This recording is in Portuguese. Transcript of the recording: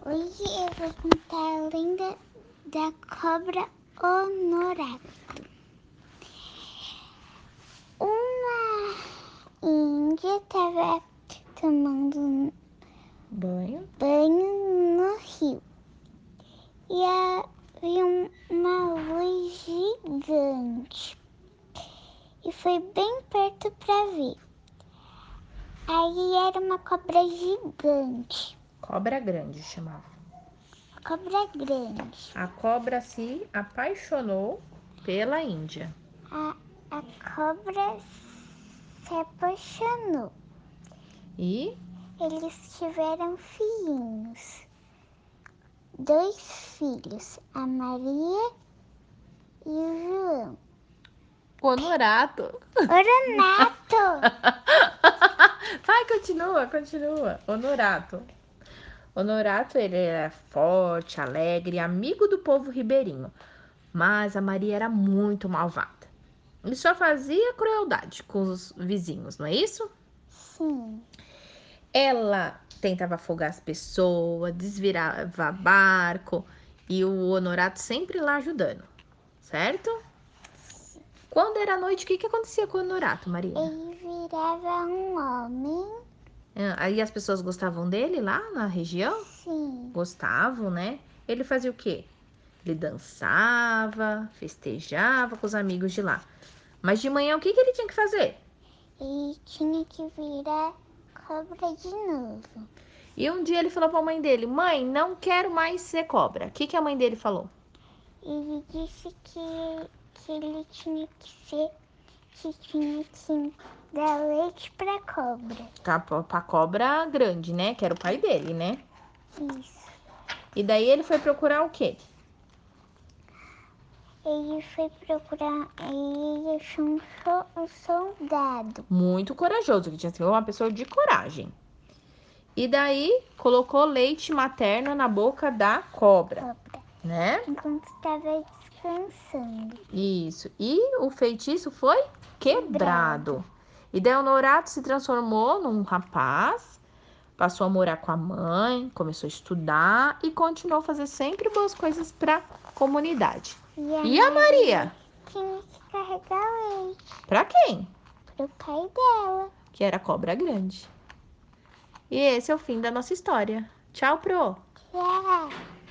Hoje eu vou contar a lenda da cobra Honorato. Uma índia estava tomando Banho. no rio e havia uma luz gigante e foi bem perto para ver. Aí era uma cobra gigante, Cobra grande chamava. cobra grande. A cobra se apaixonou pela Índia. A cobra se apaixonou. E Eles tiveram filhinhos. 2 filhos, a Maria e o João. Honorato. Honorato! Vai, continua. Honorato. Honorato, ele era forte, alegre, amigo do povo ribeirinho. Mas a Maria era muito malvada. E só fazia crueldade com os vizinhos, não é isso? Sim, Ela tentava afogar as pessoas, desvirava barco e o Honorato sempre lá ajudando, certo? Quando era noite, o que acontecia com o Honorato, Maria? ele virava um homem. Aí as pessoas gostavam dele lá na região? Sim, Gostavam, né? Ele fazia o quê? Ele dançava, festejava com os amigos de lá. Mas de manhã, o que ele tinha que fazer? ele tinha que virar cobra de novo. E um dia ele falou para a mãe dele: Mãe, não quero mais ser cobra. O que a mãe dele falou? Ele disse que ele tinha que dar leite para cobra. Tá, pra cobra grande, né? Que era o pai dele, né? Isso. E daí ele foi procurar o quê? Ele foi procurar, ele achou um soldado. Muito corajoso, que tinha sido uma pessoa de coragem. E daí colocou leite materno na boca da cobra, né? Enquanto estava descansando. Isso. E o feitiço foi quebrado. E daí o Honorato se transformou num rapaz, passou a morar com a mãe, começou a estudar e continuou a fazer sempre boas coisas para a comunidade. E a Maria? Tinha que carregar leite Para quem? pro pai dela. Que era a cobra grande. E esse é o fim da nossa história. Tchau, Pro! Tchau.